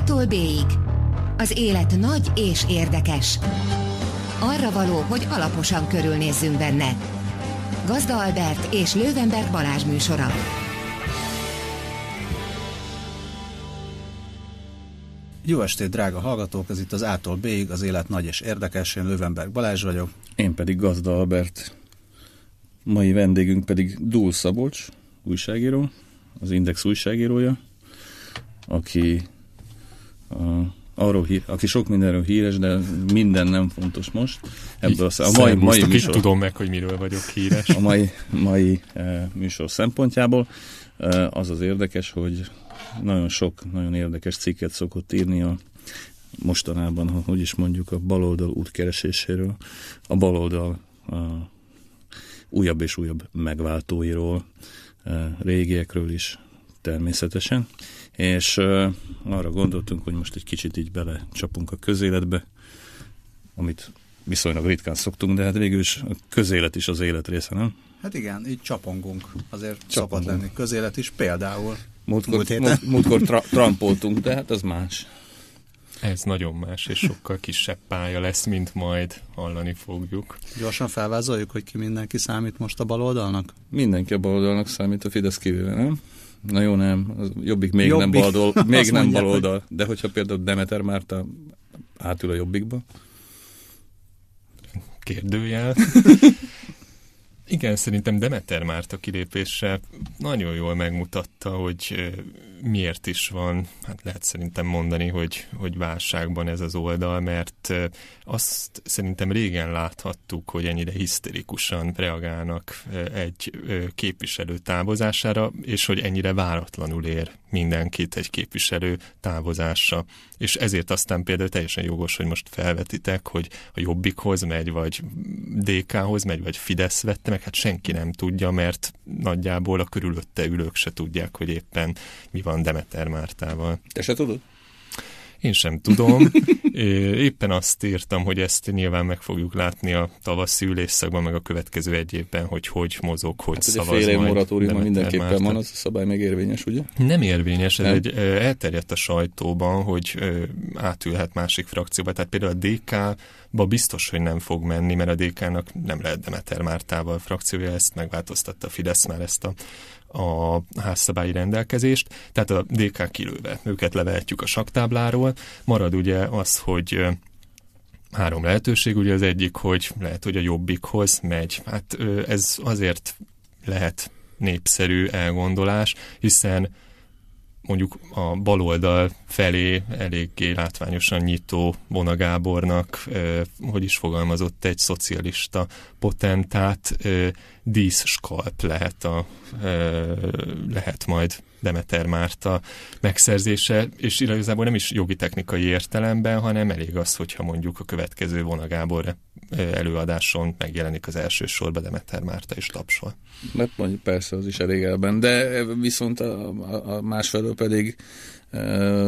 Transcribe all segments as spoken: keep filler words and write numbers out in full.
A-tól B-ig. Az élet nagy és érdekes. Arra való, hogy alaposan körülnézzünk benne. Gazda Albert és Löwenberg Balázs műsora. Jó estét, drága hallgatók! Ez itt az A-tól B-ig, az élet nagy és érdekes. Én Löwenberg Balázs vagyok. Én pedig Gazda Albert. Mai vendégünk pedig Dúl Szabolcs, újságíró, az Index újságírója, aki, a, arról hír, aki sok mindenről híres, de minden nem fontos most. Ebből a, a mai, mai műsor, tudom meg, hogy miről vagyok híres. A mai, mai e, műsor szempontjából e, az az érdekes, hogy nagyon sok, nagyon érdekes cikket szokott írni a mostanában, hogy is mondjuk, a baloldal útkereséséről, a baloldal a újabb és újabb megváltóiról, régiekről is természetesen, és arra gondoltunk, hogy most egy kicsit így belecsapunk a közéletbe, amit viszonylag ritkán szoktunk, de hát végül is a közélet is az élet része, nem? Hát igen, így csapongunk, azért csapongunk. Szokott lenni közélet is, például múltkor, múlt héten. Múltkor tra- trampoltunk, de hát az más. Ez nagyon más, és sokkal kisebb pálya lesz, mint majd hallani fogjuk. Gyorsan felvázoljuk, hogy ki mindenki számít most a baloldalnak? Mindenki a baloldalnak számít, a Fidesz kivéve, nem? Na jó, nem. Az Jobbik még Jobbik. nem baloldal, még nem mondják, baloldal. Hogy... De hogyha például Demeter Márta átül a Jobbikba? Kérdőjel. Igen, szerintem Demeter Márta kilépése nagyon jól megmutatta, hogy miért is van, hát lehet szerintem mondani, hogy, hogy válságban ez az oldal, mert azt szerintem régen láthattuk, hogy ennyire hiszterikusan reagálnak egy képviselő távozására, és hogy ennyire váratlanul ér mindenkit egy képviselő távozása. És ezért aztán például teljesen jogos, hogy most felvetitek, hogy a Jobbikhoz megy, vagy dé ká-hoz megy, vagy Fidesz vette meg, hát senki nem tudja, mert nagyjából a körülötte ülők se tudják, hogy éppen mi van Demeter Mártával. Te se tudod? Én sem tudom. Éppen azt írtam, hogy ezt nyilván meg fogjuk látni a tavaszi ülésszakban, meg a következő egy évben, hogy hogy mozog, hogy hát szavaz majd. Fél év moratóriuma mindenképpen Márta. Van, az a szabály meg érvényes, ugye? Nem érvényes, ez nem. Egy elterjedt a sajtóban, hogy átülhet másik frakcióba. Tehát például a dé ká-ba biztos, hogy nem fog menni, mert a dé ká-nak nem lehet Demeter Mártával frakciója, ezt megváltoztatta a Fidesz már ezt a a házszabályi rendelkezést, tehát a dé ká kilőve, őket levehetjük a sakktábláról. Marad ugye az, hogy három lehetőség, ugye az egyik, hogy lehet, hogy a Jobbikhoz megy. Hát ez azért lehet népszerű elgondolás, hiszen mondjuk a baloldal felé eléggé látványosan nyitó Vona Gábornak, eh, hogy is fogalmazott, egy szocialista potentát, eh, díszskalp lehet, a, eh, lehet majd Demeter Márta megszerzése, és igazából nem is jogi technikai értelemben, hanem elég az, hogyha mondjuk a következő Vona Gábor előadáson megjelenik az első sorba Demeter Márta és tapsol. Mert mondjuk persze, az is elég elben, de viszont a, a, a másfelől pedig e,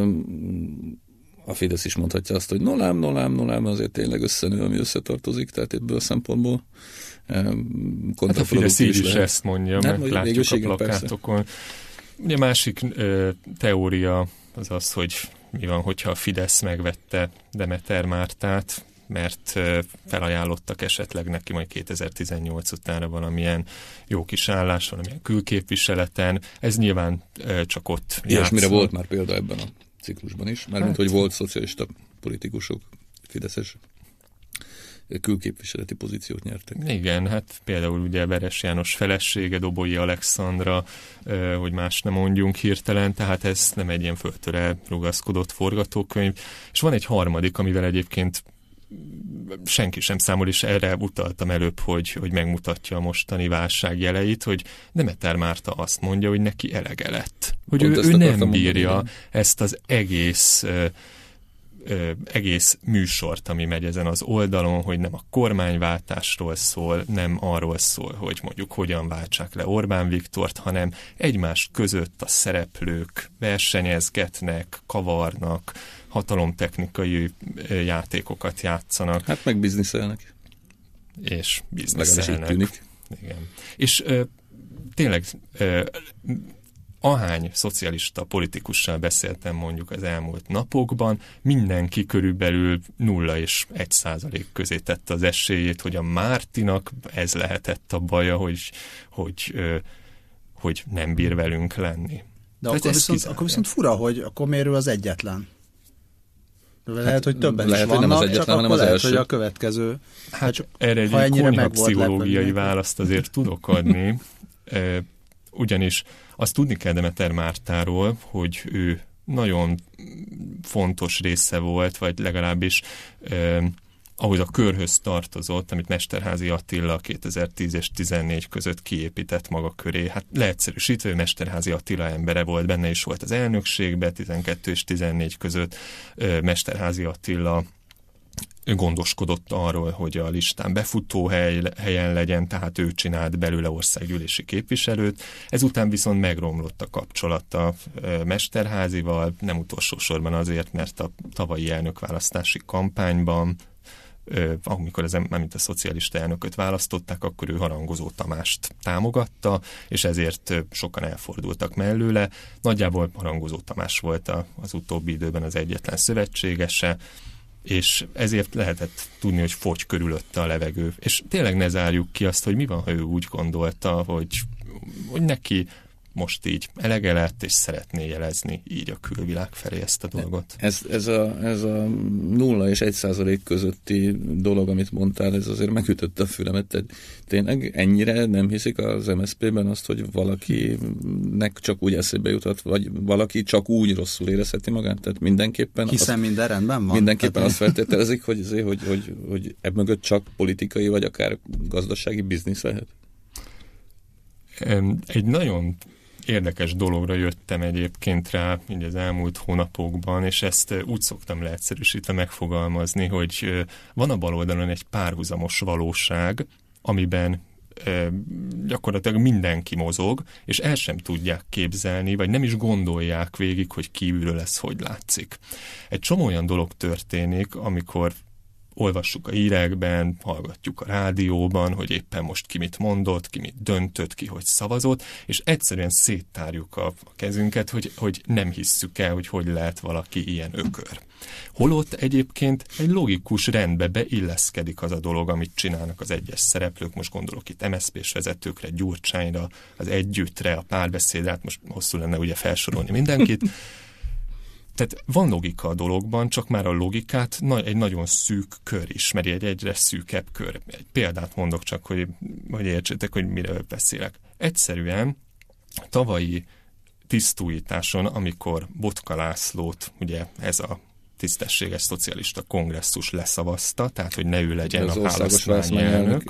a Fidesz is mondhatja azt, hogy nolám, nolám, nolám, azért tényleg összenő, ami összetartozik, tehát ebből a szempontból e, hát a Fidesz így is ezt mondja, nem, mert látjuk a plakátokon. Persze. Ugye másik ö, teória az az, hogy mi van, hogyha a Fidesz megvette Demeter Mártát, mert ö, felajánlottak esetleg neki majd kétezer-tizennyolc utánra valamilyen jó kis állás, valamilyen külképviseleten. Ez nyilván ö, csak ott játszol. És mire volt már példa ebben a ciklusban is, mármint hát, hogy volt szocialista politikusok, fideszes külképviseleti pozíciót nyertek. Igen, hát például ugye Veres János felesége, Dobogyi Alexandra, hogy más nem mondjunk hirtelen, tehát ez nem egy ilyen földtöre rugaszkodott forgatókönyv. És van egy harmadik, amivel egyébként senki sem számol, és erre utaltam előbb, hogy, hogy megmutatja a mostani válság jeleit, hogy Demeter Márta azt mondja, hogy neki elege lett. Hogy ő, ő nem bírja mondani, ezt az egész Ö, egész műsort, ami megy ezen az oldalon, hogy nem a kormányváltásról szól, nem arról szól, hogy mondjuk hogyan váltsák le Orbán Viktort, hanem egymás között a szereplők versenyezgetnek, kavarnak, hatalomtechnikai játékokat játszanak. Hát meg bizniszelnek. És bizniszelnek. Legalábbis így tűnik. Igen. És ö, tényleg ö, ahány szocialista politikussal beszéltem mondjuk az elmúlt napokban, mindenki körülbelül nulla és egy százalék közé tette az esélyét, hogy a Mártinak ez lehetett a baja, hogy, hogy, hogy nem bír velünk lenni. De akkor viszont, akkor viszont fura, hogy akkor miért ő az egyetlen? Lehet, hát, hogy többen lehet, is vannak, nem az egyetlen, csak akkor az lehet, első. Hogy a következő... Hát csak, erre egy konyhapszichológiai választ azért tudok adni, ugyanis azt tudni kell Demeter Mártáról, hogy ő nagyon fontos része volt, vagy legalábbis eh, ahhoz a körhöz tartozott, amit Mesterházy Attila kétezer-tíz és tizennégy között kiépített maga köré. Hát leegyszerűsítve, Mesterházy Attila embere volt, benne is volt az elnökségben, tizenkettő és tizennégy között eh, Mesterházy Attila gondoskodott arról, hogy a listán befutó hely, helyen legyen, tehát ő csinált belőle országgyűlési képviselőt. Ezután viszont megromlott a kapcsolata Mesterházival, nem utolsó sorban azért, mert a tavalyi elnökválasztási kampányban, amikor az, mint a szocialista elnököt választották, akkor ő Harangozó Tamást támogatta, és ezért sokan elfordultak mellőle. Nagyjából Harangozó Tamás volt a, az utóbbi időben az egyetlen szövetségese, és ezért lehetett tudni, hogy fogy körülötte a levegő. És tényleg ne zárjuk ki azt, hogy mi van, ha ő úgy gondolta, hogy, hogy neki most így elege lett, és szeretné jelezni így a külvilág felé ezt a dolgot. Ez, ez, a, ez a nulla és egy százalék közötti dolog, amit mondtál, ez azért megütötte a fülemet. Tehát tényleg ennyire nem hiszik az em es zé pé-ben azt, hogy valakinek csak úgy eszébe jutott, vagy valaki csak úgy rosszul érezheti magát? Tehát mindenképpen... Hiszen azt, minden rendben van. Mindenképpen tehát... azt feltételezik, hogy, azért, hogy, hogy, hogy ebb mögött csak politikai, vagy akár gazdasági biznisz lehet? Egy nagyon érdekes dologra jöttem egyébként rá így az elmúlt hónapokban, és ezt úgy szoktam leegyszerűsítve megfogalmazni, hogy van a baloldalon egy párhuzamos valóság, amiben gyakorlatilag mindenki mozog, és el sem tudják képzelni, vagy nem is gondolják végig, hogy kívülről ez hogy látszik. Egy csomó olyan dolog történik, amikor olvassuk a hírekben, hallgatjuk a rádióban, hogy éppen most ki mit mondott, ki mit döntött, ki hogy szavazott, és egyszerűen széttárjuk a kezünket, hogy, hogy nem hisszük el, hogy hogy lehet valaki ilyen ökör. Holott egyébként egy logikus rendbe beilleszkedik az a dolog, amit csinálnak az egyes szereplők, most gondolok itt em es zé pés vezetőkre, Gyurcsányra, az Együttre, a Párbeszédre, hát most hosszú lenne ugye felsorolni mindenkit. Tehát van logika a dologban, csak már a logikát na, egy nagyon szűk kör ismeri, egy egyre szűkebb kör. Egy példát mondok csak, hogy, hogy értsétek, hogy miről beszélek. Egyszerűen tavalyi tisztújításon, amikor Botka Lászlót, ugye ez a tisztességes szocialista kongresszus leszavazta, tehát hogy ne ő legyen az a választmányi elnök,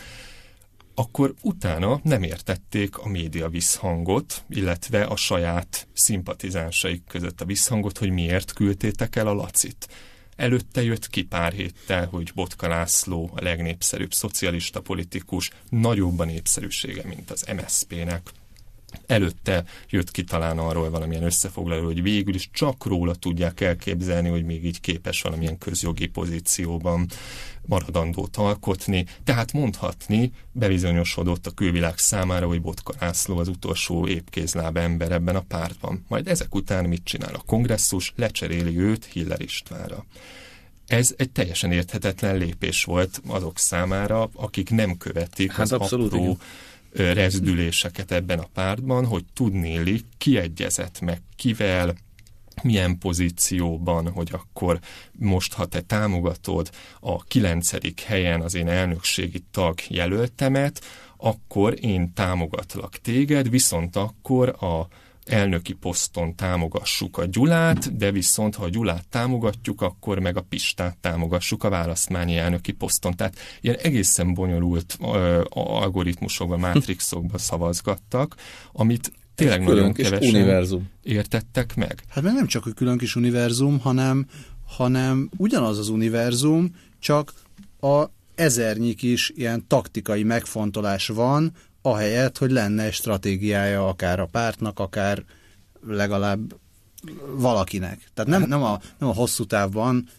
akkor utána nem értették a média visszhangot, illetve a saját szimpatizánsaik között a visszhangot, hogy miért küldtétek el a Lacit. Előtte jött ki pár héttel, hogy Botka László a legnépszerűbb szocialista politikus, nagyobb a népszerűsége, mint az em es zé pének. Előtte jött ki talán arról valamilyen összefoglaló, hogy végül is csak róla tudják elképzelni, hogy még így képes valamilyen közjogi pozícióban maradandót alkotni. Tehát mondhatni, bebizonyosodott a külvilág számára, hogy Botka László az utolsó épkézláb ember ebben a pártban. Majd ezek után mit csinál a kongresszus? Lecseréli őt Hiller Istvánra. Ez egy teljesen érthetetlen lépés volt azok számára, akik nem követik hát az abszolút, apró igen. rezdüléseket ebben a pártban, hogy tudnélik, ki egyezett meg kivel, milyen pozícióban, hogy akkor most, ha te támogatod a kilencedik helyen az én elnökségi tag jelöltemet, akkor én támogatlak téged, viszont akkor a elnöki poszton támogassuk a Gyulát, de viszont, ha a Gyulát támogatjuk, akkor meg a Pistát támogassuk a választmányi elnöki poszton. Tehát ilyen egészen bonyolult uh, algoritmusokban, mátrixokban szavazgattak, amit tényleg nagyon kevesen univerzum. értettek meg. Hát meg nem csak a külön kis univerzum, hanem, hanem ugyanaz az univerzum, csak a ezernyi kis ilyen taktikai megfontolás van, ahelyett, hogy lenne egy stratégiája akár a pártnak, akár legalább valakinek. Tehát nem, nem, a, nem a hosszú távban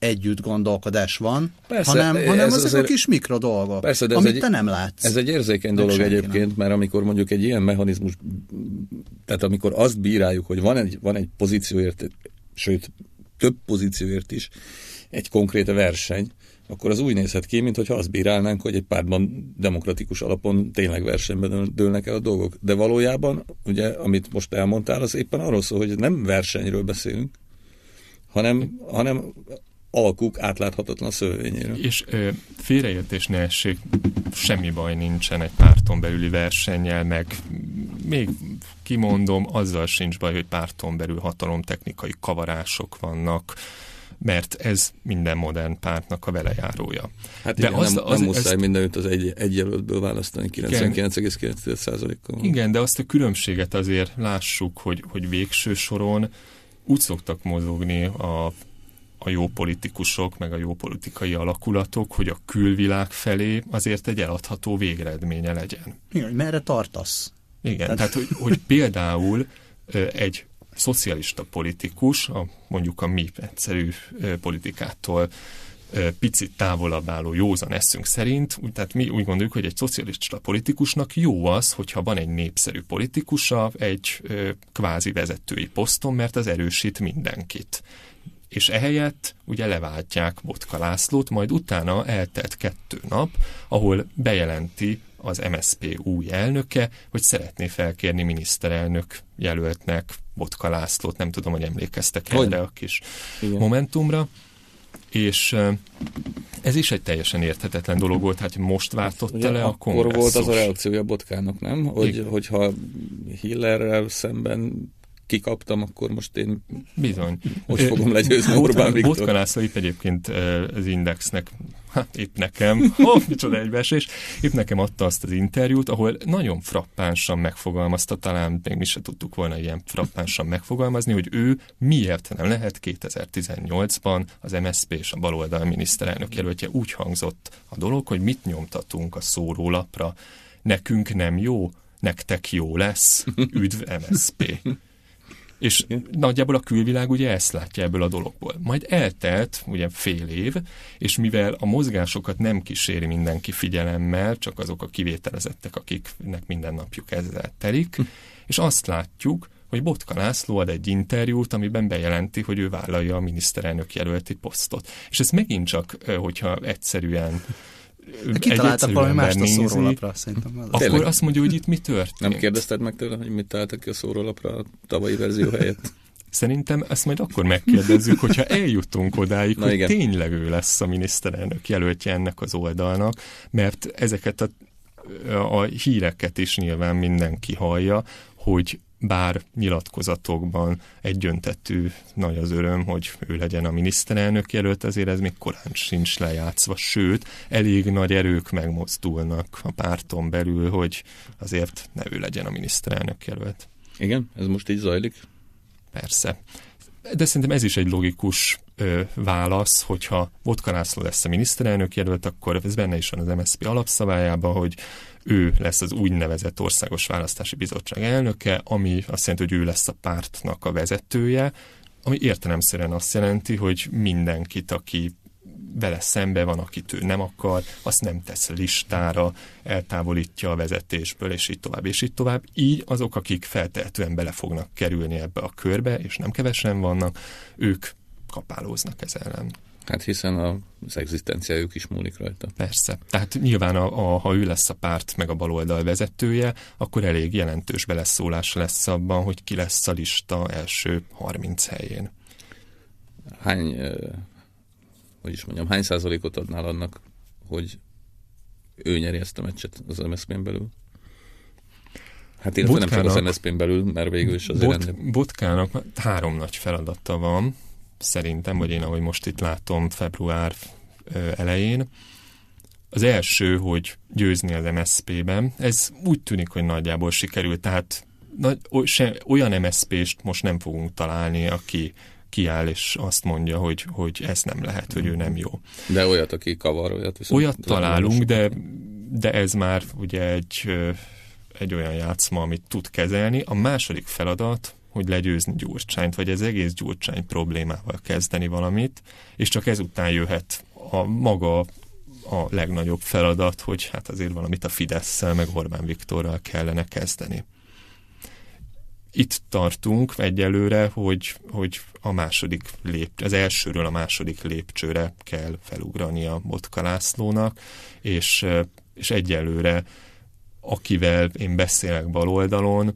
együtt gondolkodás van, persze, hanem, hanem ez ezek azért, a kis mikrodolgok, persze, de amit egy, te nem látsz. Ez egy érzékeny dolog egyébként, mert amikor mondjuk egy ilyen mechanizmus, tehát amikor azt bíráljuk, hogy van egy, van egy pozícióért, sőt, több pozícióért is egy konkrét verseny, akkor az úgy nézhet ki, mintha azt bírálnánk, hogy egy pártban demokratikus alapon tényleg versenyben dőlnek el a dolgok. De valójában, ugye, amit most elmondtál, az éppen arról szól, hogy nem versenyről beszélünk, hanem, hanem alkuk átláthatatlan szövevényéről. És ö, félreértés ne essék, semmi baj nincsen egy párton belüli versennyel, meg még kimondom, azzal sincs baj, hogy párton belül hatalomtechnikai kavarások vannak, mert ez minden modern pártnak a velejárója. Hát de igen, az, nem, az, nem muszáj ezt, mindenütt az egy, egy jelöltből választani kilencvenkilenc egész kilenc százalékkal. Igen, de azt a különbséget azért lássuk, hogy, hogy végső soron úgy szoktak mozogni a, a jó politikusok, meg a jó politikai alakulatok, hogy a külvilág felé azért egy eladható végeredménye legyen. Igen, hogy merre tartasz? Igen, tehát, tehát hogy, hogy például egy szocialista politikus, a, mondjuk a mi egyszerű politikától picit távolabb álló józan eszünk szerint, tehát mi úgy gondoljuk, hogy egy szocialista politikusnak jó az, hogyha van egy népszerű politikusa egy kvázi vezetői poszton, mert az erősít mindenkit. És ehelyett ugye leváltják Botka Lászlót, majd utána eltelt kettő nap, ahol bejelenti az em es zé pé új elnöke, hogy szeretné felkérni miniszterelnök jelöltnek Botka Lászlót, nem tudom, hogy emlékeztek hogy? erre a kis Igen. momentumra, és ez is egy teljesen érthetetlen dolog volt, hát most váltotta le a kongresszus. Akkor volt az a reakciója Botkának, nem? Hogy, hogyha Hillerrel szemben kikaptam, akkor most én Bizony. Hogy fogom legyőzni Orbán Viktor? Botka László épp egyébként az Indexnek, hát épp nekem, oh, micsoda egybeesés, épp nekem adta azt az interjút, ahol nagyon frappánsan megfogalmazta, talán még mi se tudtuk volna ilyen frappánsan megfogalmazni, hogy ő miért nem lehet kétezer-tizennyolcban az em es zé pé és a baloldal miniszterelnök jelöltje. Úgy hangzott a dolog, hogy mit nyomtatunk a szórólapra. Nekünk nem jó, nektek jó lesz, üdv em es zé pé. És nagyjából a külvilág ugye ezt látja ebből a dologból. Majd eltelt ugye fél év, és mivel a mozgásokat nem kíséri mindenki figyelemmel, csak azok a kivételezettek, akiknek minden napjuk ezzel telik, és azt látjuk, hogy Botka László ad egy interjút, amiben bejelenti, hogy ő vállalja a miniszterelnök jelölti posztot. És ez megint csak, hogyha egyszerűen kitaláltak valami mást a szórólapra, szerintem. Akkor Tényleg? Azt mondja, hogy itt mi történt. Nem kérdezted meg tőle, hogy mit találtak ki a szórólapra a tavalyi verzió helyett? Szerintem ezt majd akkor megkérdezzük, hogyha eljutunk odáig, Na hogy igen. tényleg ő lesz a miniszterelnök jelöltje ennek az oldalnak, mert ezeket a, a híreket is nyilván mindenki hallja, hogy bár nyilatkozatokban egyöntetű nagy az öröm, hogy ő legyen a miniszterelnök jelölt, azért ez még korán sincs lejátszva, sőt, elég nagy erők megmozdulnak a párton belül, hogy azért ne ő legyen a miniszterelnök jelölt. Igen? Ez most így zajlik? Persze. De szerintem ez is egy logikus ö, válasz, hogyha Botka László lesz a miniszterelnök jelölt, akkor ez benne is van az em es zé pé alapszabályában, hogy ő lesz az úgynevezett Országos Választási Bizottság elnöke, ami azt jelenti, hogy ő lesz a pártnak a vezetője, ami értelemszerűen azt jelenti, hogy mindenkit, aki vele szembe van, akit ő nem akar, azt nem tesz listára, eltávolítja a vezetésből, és így tovább, és így tovább. Így azok, akik feltehetően bele fognak kerülni ebbe a körbe, és nem kevesen vannak, ők kapálóznak ez ellen. Hát hiszen az egzisztenciájuk is múlik rajta. Persze. Tehát nyilván, a, a, ha ő lesz a párt meg a baloldal vezetője, akkor elég jelentős beleszólás lesz abban, hogy ki lesz a lista első harminc helyén. Hány, eh, hogy is mondjam, hány százalékot adnál annak, hogy ő nyeri ezt a meccset az em es zé pén belül? Hát illetve nem csak az em es zé pén belül, mert végül is azért Bot, ennél... Botkának három nagy feladata van, szerintem, vagy én ahogy most itt látom február elején. Az első, hogy győzni az em es zé pében. Ez úgy tűnik, hogy nagyjából sikerült, tehát nagy, se, olyan em es zé pést most nem fogunk találni, aki kiáll és azt mondja, hogy, hogy ez nem lehet, hogy ő nem jó. De olyat, aki kavar, olyat viszont... Olyat találunk, de, de ez már ugye egy, egy olyan játszma, amit tud kezelni. A második feladat, hogy legyőzni Gyurcsányt, vagy az egész Gyurcsány problémával kezdeni valamit, és csak ezután jöhet a maga a legnagyobb feladat, hogy hát azért valamit a Fidesszel, meg Orbán Viktorral kellene kezdeni. Itt tartunk egyelőre, hogy, hogy a második lép, az elsőről a második lépcsőre kell felugrani a Botka Lászlónak, és, és egyelőre akivel én beszélek bal oldalon,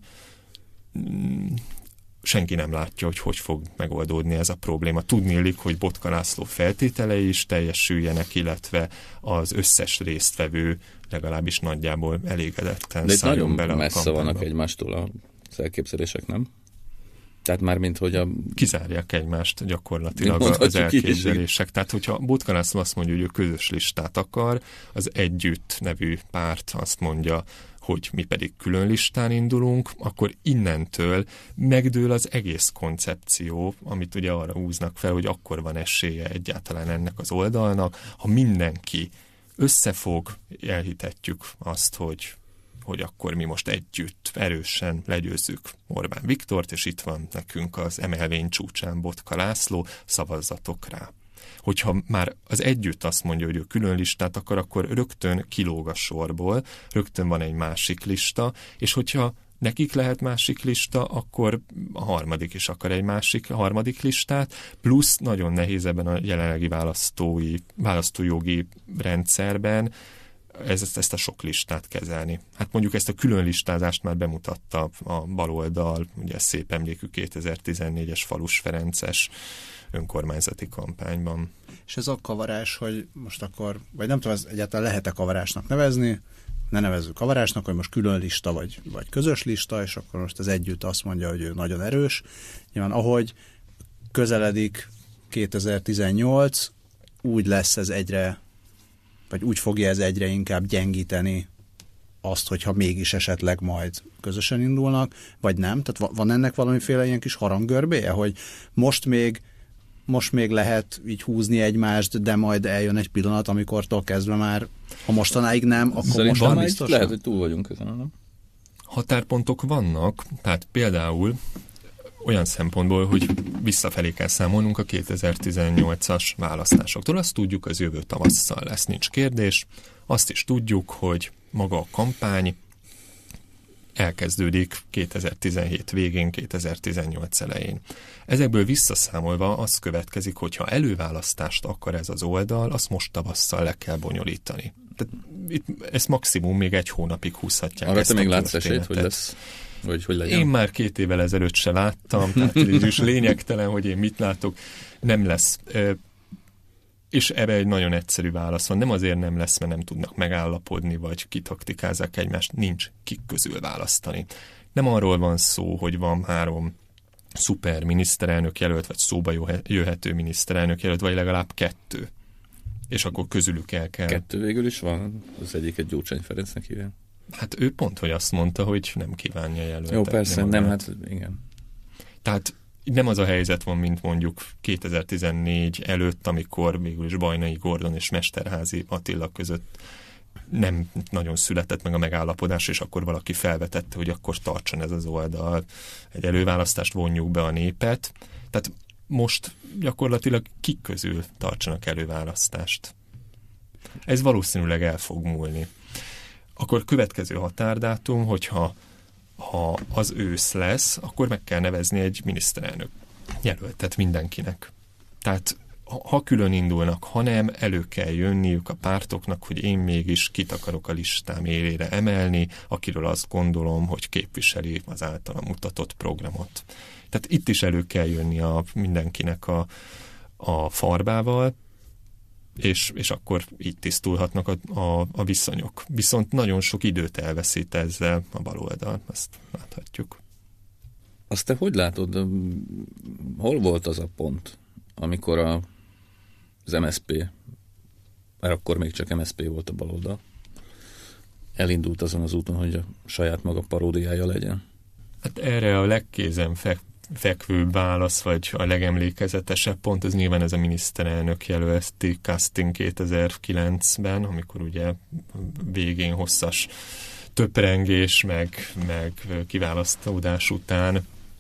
senki nem látja, hogy hogy fog megoldódni ez a probléma. Tudniillik, hogy Botka László feltételei is teljesüljenek, illetve az összes résztvevő legalábbis nagyjából elégedetten szálljon bele a kampányba. De messze vannak egymástól az elképzelések, nem? Tehát már mint hogy a... Kizárják egymást gyakorlatilag az elképzelések. Tehát, hogyha Botka László azt mondja, hogy ő közös listát akar, az Együtt nevű párt azt mondja, hogy mi pedig külön listán indulunk, akkor innentől megdől az egész koncepció, amit ugye arra húznak fel, hogy akkor van esélye egyáltalán ennek az oldalnak, ha mindenki összefog, elhitetjük azt, hogy hogy akkor mi most együtt erősen legyőzzük Orbán Viktort, és itt van nekünk az emelvény csúcsán Botka László, szavazzatok rá. Hogyha már az Együtt azt mondja, hogy ő külön listát akar, akkor rögtön kilóg a sorból, rögtön van egy másik lista, és hogyha nekik lehet másik lista, akkor a harmadik is akar egy másik, a harmadik listát, plusz nagyon nehéz ebben a jelenlegi választói, választójogi rendszerben ezt, ezt a sok listát kezelni. Hát mondjuk ezt a külön listázást már bemutatta a baloldal, ugye szép emlékű kétezer-tizennégyes Falus Ferences önkormányzati kampányban. És ez a kavarás, hogy most akkor, vagy nem tudom, ez egyáltalán lehet-e kavarásnak nevezni, ne nevezzük kavarásnak, hogy most külön lista, vagy, vagy közös lista, és akkor most az Együtt azt mondja, hogy ő nagyon erős. Nyilván ahogy közeledik kétezer-tizennyolc, úgy lesz ez egyre, vagy úgy fogja ez egyre inkább gyengíteni azt, hogyha mégis esetleg majd közösen indulnak, vagy nem. Tehát van ennek valamiféle ilyen kis haranggörbéje, hogy most még most még lehet így húzni egymást, de majd eljön egy pillanat, amikortól kezdve már, ha mostanáig nem, akkor szerintem most már biztos. Lehet, hogy túl vagyunk ezen, nem? Határpontok vannak, tehát például olyan szempontból, hogy visszafelé kell számolnunk a kétezer-tizennyolcas választásoktól. Azt tudjuk, az jövő tavasszal lesz, nincs kérdés. Azt is tudjuk, hogy maga a kampány elkezdődik kétezer-tizenhét végén, kétezer-tizennyolc elején. Ezekből visszaszámolva az következik, hogyha előválasztást akar ez az oldal, azt most tavasszal le kell bonyolítani. Tehát itt, ezt maximum még egy hónapig húzhatják. Arra te még látsz esélyt, hogy lesz? Vagy hogy legyen? Én már két évvel ezelőtt se láttam, tehát is lényegtelen, hogy én mit látok. Nem lesz. És ebbe egy nagyon egyszerű válasz van. Nem azért nem lesz, mert nem tudnak megállapodni, vagy kitaktikázzák egymást. Nincs kik közül választani. Nem arról van szó, hogy van három szuper miniszterelnök jelölt, vagy szóba jöhető miniszterelnök jelölt, vagy legalább kettő. És akkor közülük el kell. Kettő végül is van? Az egyiket Gyurcsány Ferencnek hívják. Hát ő pont, hogy azt mondta, hogy nem kívánja jelölni. Jó, persze, nem, nem hát igen. Tehát nem az a helyzet van, mint mondjuk kétezer-tizennégy előtt, amikor végül is Bajnai Gordon és Mesterházy Attila között nem nagyon született meg a megállapodás, és akkor valaki felvetette, hogy akkor tartson ez az oldal, egy előválasztást, vonjuk be a népet. Tehát most gyakorlatilag kik közül tartsanak előválasztást. Ez valószínűleg el fog múlni. Akkor következő határdátum, hogyha ha az ősz lesz, akkor meg kell nevezni egy miniszterelnök jelöltet mindenkinek. Tehát ha külön indulnak, ha nem, elő kell jönniük a pártoknak, hogy én mégis kit akarok a listám élére emelni, akiről azt gondolom, hogy képviseli az általam mutatott programot. Tehát itt is elő kell jönni a mindenkinek a, a farbával, és, és akkor így tisztulhatnak a, a, a viszonyok. Viszont nagyon sok időt elveszít ezzel a baloldal, azt láthatjuk. Azt te hogy látod? Hol volt az a pont, amikor a, az em es zé pé, mert akkor még csak em es zé pé volt a baloldal, elindult azon az úton, hogy a saját maga paródiája legyen? Hát erre a legkézenfekvőbb fekvőbb válasz, vagy a legemlékezetesebb pont, az nyilván ez a miniszterelnök jelölti casting kétezer-kilencben, amikor ugye végén hosszas töprengés, meg, meg kiválasztódás után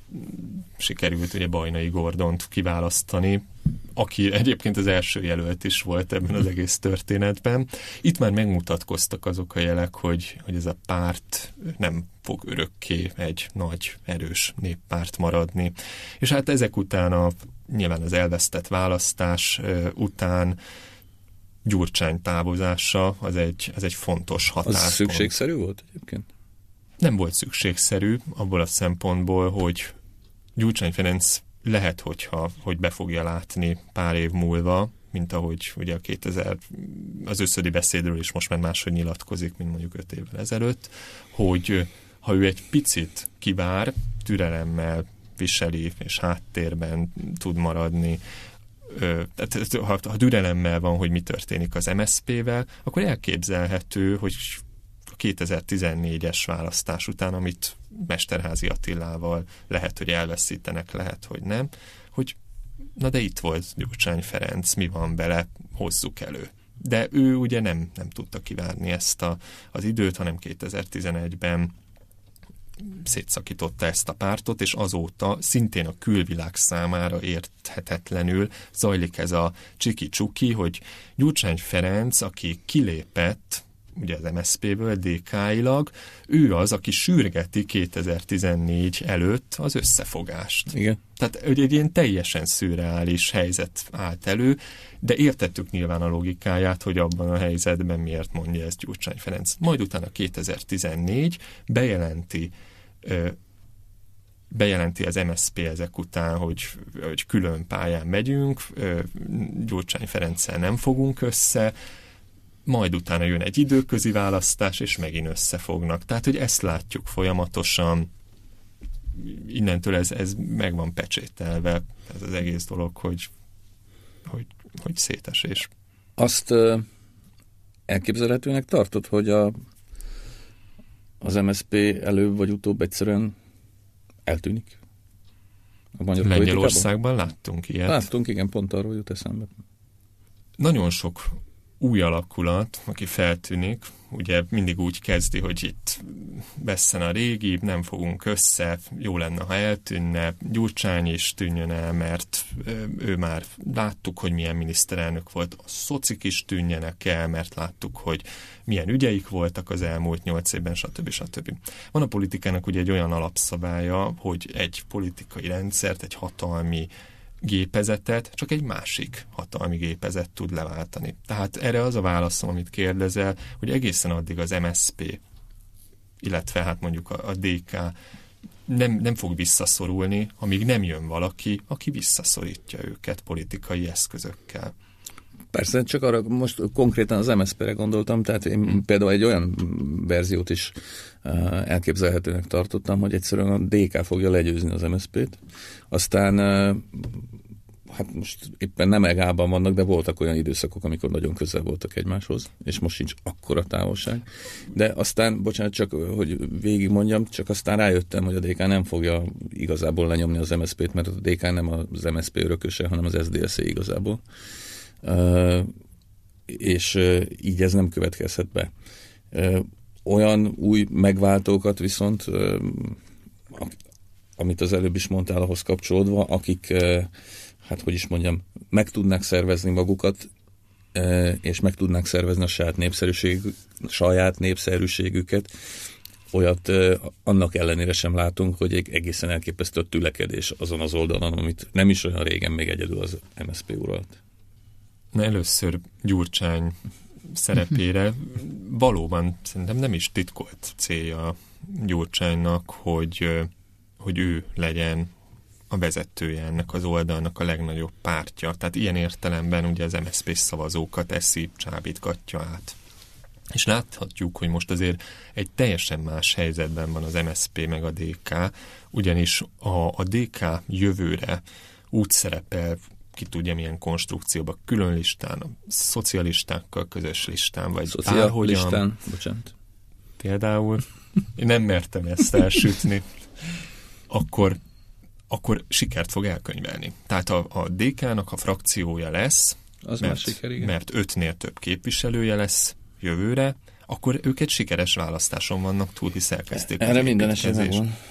sikerült ugye Bajnai Gordont kiválasztani, aki egyébként az első jelölt is volt ebben az egész történetben. Itt már megmutatkoztak azok a jelek, hogy, hogy ez a párt nem fog örökké egy nagy, erős néppárt maradni. És hát ezek után a, nyilván az elvesztett választás után Gyurcsány távozása az egy, az egy fontos határpont. Az szükségszerű volt egyébként? Nem volt szükségszerű abból a szempontból, hogy Gyurcsány Ferenc lehet, hogyha, hogy be fogja látni pár év múlva, mint ahogy ugye a kétezer az összödi beszédről is most már máshogy nyilatkozik, mint mondjuk öt évvel ezelőtt, hogy ha ő egy picit kivár, türelemmel viseli, és háttérben tud maradni, tehát ha, ha türelemmel van, hogy mi történik az em es zé pé-vel, akkor elképzelhető, hogy a kétezer-tizennégyes választás után, amit Mesterházy Attilával lehet, hogy elveszítenek, lehet, hogy nem, hogy na de itt volt Gyurcsány Ferenc, mi van bele, hozzuk elő. De ő ugye nem, nem tudta kivárni ezt a, az időt, hanem kétezer-tizenegyben szétszakította ezt a pártot, és azóta szintén a külvilág számára érthetetlenül zajlik ez a csiki-csuki, hogy Gyurcsány Ferenc, aki kilépett ugye az em es zé pé-ből dé ká-ilag, ő az, aki sürgeti kétezer-tizennégy előtt az összefogást. Igen. Tehát hogy egy ilyen teljesen szürreális helyzet állt elő, de értettük nyilván a logikáját, hogy abban a helyzetben miért mondja ezt Gyurcsány Ferenc. Majd utána kétezer-tizennégy bejelenti ö, bejelenti az em es zé pé ezek után, hogy, hogy külön pályán megyünk, ö, Gyurcsány Ferenccel nem fogunk össze, majd utána jön egy időközi választás, és megint összefognak. Tehát, hogy ezt látjuk folyamatosan, innentől ez, ez meg van pecsételve, ez az egész dolog, hogy, hogy, hogy szétesés. Azt uh, elképzelhetőnek tartod, hogy a, az em es zé pé előbb vagy utóbb egyszerűen eltűnik? A magyar Lengyelországban láttunk ilyet. Láttunk, igen, pont arról jut eszembe. Nagyon sok új alakulat, aki feltűnik, ugye mindig úgy kezdi, hogy itt vesszen a régi, nem fogunk össze, jó lenne, ha eltűnne, Gyurcsány is tűnjön el, mert ő már láttuk, hogy milyen miniszterelnök volt, a szocik is tűnjenek el, mert láttuk, hogy milyen ügyeik voltak az elmúlt nyolc évben, stb. stb. Van a politikának ugye egy olyan alapszabálya, hogy egy politikai rendszert, egy hatalmi gépezetet csak egy másik hatalmi gépezet tud leváltani. Tehát erre az a válaszom, amit kérdezel, hogy egészen addig az em es zé pé, illetve hát mondjuk a, a dé ká nem, nem fog visszaszorulni, amíg nem jön valaki, aki visszaszorítja őket politikai eszközökkel. Persze, csak arra most konkrétan az em es zé pére gondoltam, tehát én hmm. például egy olyan verziót is uh, elképzelhetőnek tartottam, hogy egyszerűen a dé ká fogja legyőzni az em es zé pét. Aztán uh, hát most éppen nem egában vannak, de voltak olyan időszakok, amikor nagyon közel voltak egymáshoz, és most sincs akkora távolság. De aztán, bocsánat, csak hogy végig mondjam, csak aztán rájöttem, hogy a dé ká nem fogja igazából lenyomni az em es zé pét, mert a dé ká nem az em es zé pé örököse, hanem az es zé dé es zé igazából. Uh, és uh, így ez nem következhet be. Uh, olyan új megváltókat viszont, uh, amit az előbb is mondtál ahhoz kapcsolódva, akik, uh, hát hogy is mondjam, meg tudnák szervezni magukat, uh, és meg tudnák szervezni a saját, népszerűség, saját népszerűségüket, olyat uh, annak ellenére sem látunk, hogy egy egészen elképesztő tülekedés azon az oldalon, amit nem is olyan régen még egyedül az em es zé pé uralt. Na, először Gyurcsány szerepére valóban szerintem nem is titkolt célja Gyurcsánynak, hogy, hogy ő legyen a vezetője ennek az oldalnak, a legnagyobb pártja. Tehát ilyen értelemben ugye az em es zé pés szavazókat eszi, csábítgatja át. És láthatjuk, hogy most azért egy teljesen más helyzetben van az em es zé pé meg a dé ká, ugyanis a, a dé ká jövőre úgy szerepel, ki tudja milyen konstrukcióban, külön listán, a szocialistákkal közös listán, vagy bárhogyan. Listán, bocsánat. Például, én nem mertem ezt elsütni, akkor, akkor sikert fog elkönyvelni. Tehát a, a dé ká-nak a frakciója lesz, az mert, siker, igen. mert ötnél több képviselője lesz jövőre, akkor ők egy sikeres választáson vannak túl, hisz elkezdték. Erre minden esetben van.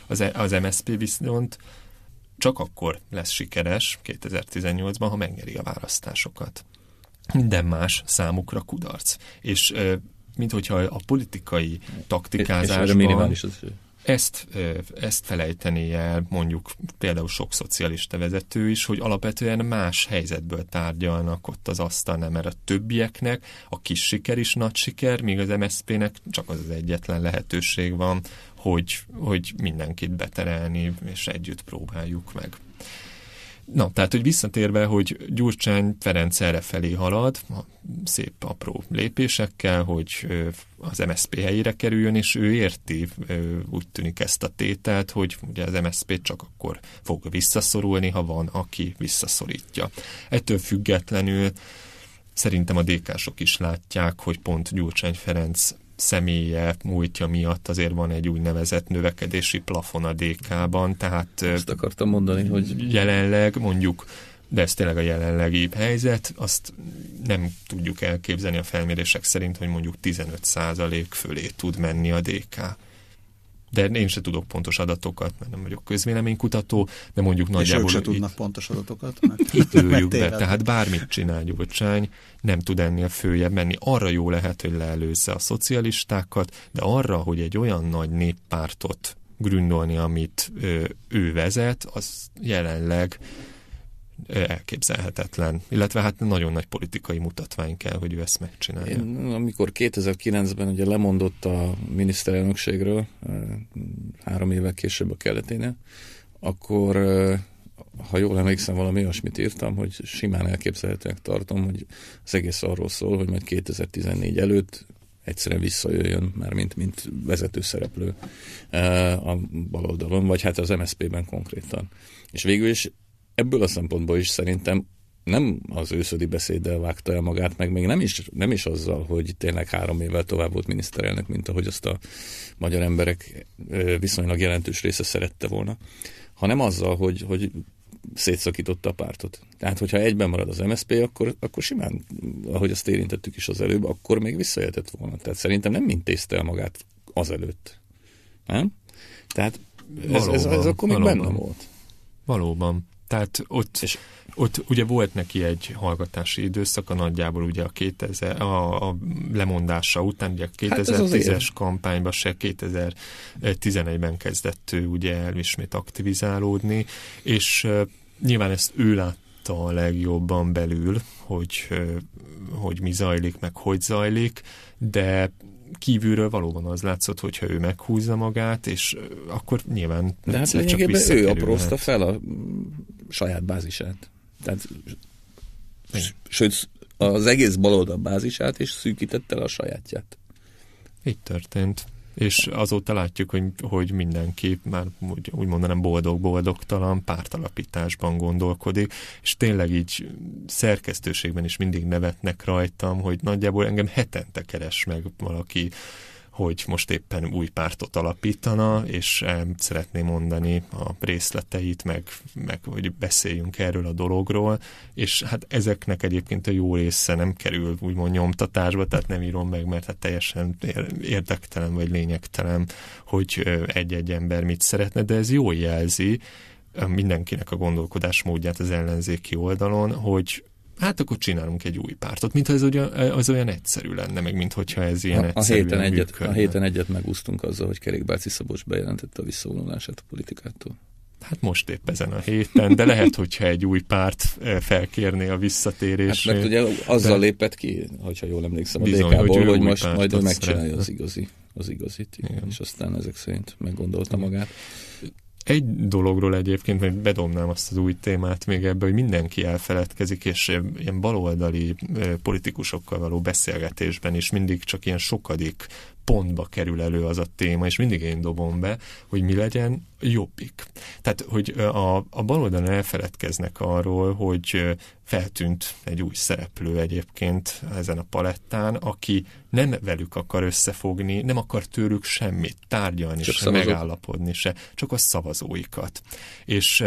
Az, az em es zé pé viszont csak akkor lesz sikeres kétezer-tizennyolcban, ha megnyeri a választásokat. Minden más számukra kudarc. És mint hogyha a politikai taktikázásban ezt, ezt felejteni el mondjuk például sok szocialista vezető is, hogy alapvetően más helyzetből tárgyalnak ott az asztalnál, mert a többieknek a kis siker is nagy siker, míg az em es zé pének csak az az egyetlen lehetőség van, hogy, hogy mindenkit beterelni, és együtt próbáljuk meg. Na, tehát, hogy visszatérve, hogy Gyurcsány Ferenc errefelé halad, szép apró lépésekkel, hogy az em es zé pé helyére kerüljön, és ő érti, úgy tűnik ezt a tételt, hogy ugye az em es zé pé csak akkor fog visszaszorulni, ha van, aki visszaszorítja. Ettől függetlenül szerintem a dé ká-sok is látják, hogy pont Gyurcsány Ferenc személye, múltja miatt azért van egy úgynevezett növekedési plafon a dé ká-ban, tehát ezt akartam mondani, hogy jelenleg mondjuk, de ez tényleg a jelenlegi helyzet, azt nem tudjuk elképzelni a felmérések szerint, hogy mondjuk tizenöt százalék fölé tud menni a dé ká. De én sem tudok pontos adatokat, mert nem vagyok közvéleménykutató, de mondjuk és nagyjából... És ők se tudnak pontos adatokat, mert itt üljük be, tehát bármit csinál Gyurcsány, nem tud ennél följebb menni. Arra jó lehet, hogy leelőzze a szocialistákat, de arra, hogy egy olyan nagy néppártot gründolni, amit ö, ő vezet, az jelenleg elképzelhetetlen. Illetve hát nagyon nagy politikai mutatvány kell, hogy ő ezt megcsinálja. Én, amikor kétezer-kilencben ugye lemondott a miniszterelnökségről, három évvel később a Keleténél, akkor, ha jól emlékszem, valami olyasmit írtam, hogy simán elképzelhetőnek tartom, hogy az egész arról szól, hogy majd kétezer-tizennégy előtt egyszerűen visszajöjjön, már mint, mint vezető szereplő a baloldalon, vagy hát az em es zé pében konkrétan. És végül is ebből a szempontból is szerintem nem az őszödi beszéddel vágta el magát, meg még nem is, nem is azzal, hogy tényleg három évvel tovább volt miniszterelnök, mint ahogy azt a magyar emberek viszonylag jelentős része szerette volna, hanem azzal, hogy, hogy szétszakította a pártot. Tehát, hogyha egyben marad az em es zé pé, akkor, akkor simán, ahogy azt érintettük is az előbb, akkor még visszajöhetett volna. Tehát szerintem nem intézte el magát azelőtt. Nem? Tehát ez, ez, ez akkor még valóban. benne volt. Valóban. Tehát ott, és ott ugye volt neki egy hallgatási időszaka, nagyjából ugye a, kétezer, a, a lemondása után, ugye a kétezer-tízes hát kampányban se, kétezer-tizenegyben kezdett ő ugye el ismét aktivizálódni, és uh, nyilván ezt ő látta a legjobban belül, hogy, uh, hogy mi zajlik, meg hogy zajlik, de kívülről valóban az látszott, hogyha ő meghúzza magát, és akkor nyilván de hát lényegében ő aprózta fel a saját bázisát. Tehát, sőt, az egész baloldal bázisát, és szűkítette el a sajátját. Így történt. És azóta látjuk, hogy, hogy mindenki már úgy, úgy mondanám boldog-boldogtalan pártalapításban gondolkodik, és tényleg így szerkesztőségben is mindig nevetnek rajtam, hogy nagyjából engem hetente keres meg valaki, hogy most éppen új pártot alapítana, és szeretné mondani a részleteit, meg, meg hogy beszéljünk erről a dologról, és hát ezeknek egyébként a jó része nem kerül úgymond nyomtatásba, tehát nem írom meg, mert hát teljesen érdektelen vagy lényegtelen, hogy egy-egy ember mit szeretne, de ez jól jelzi mindenkinek a gondolkodásmódját az ellenzéki oldalon, hogy hát akkor csinálunk egy új pártot, mintha ez olyan, az olyan egyszerű lenne, meg mintha ez ilyen a, egyszerűen a héten egyet, működne. A héten egyet megúsztunk azzal, hogy Kerékbácsi Szabolcs bejelentette a visszavonulását a politikától. Hát most épp ezen a héten, de lehet, hogyha egy új párt felkérné a visszatérését. Hát mert ugye azzal de... lépett ki, hogyha jól emlékszem a Bizony, dé ká-ból, hogy, hogy most majd ő megcsinálja szeretne. az igazi, az igazit, igen. És aztán ezek szerint meggondolta magát. Egy dologról egyébként, mert bedobnám azt az új témát még ebbe, hogy mindenki elfeledkezik, és ilyen baloldali politikusokkal való beszélgetésben is mindig csak ilyen sokadik pontba kerül elő az a téma, és mindig én dobom be, hogy mi legyen Jobbik. Tehát, hogy a, a baloldalon elfeledkeznek arról, hogy feltűnt egy új szereplő egyébként ezen a palettán, aki nem velük akar összefogni, nem akar tőlük semmit, tárgyalni csak se, szavazók. megállapodni se, csak a szavazóikat. És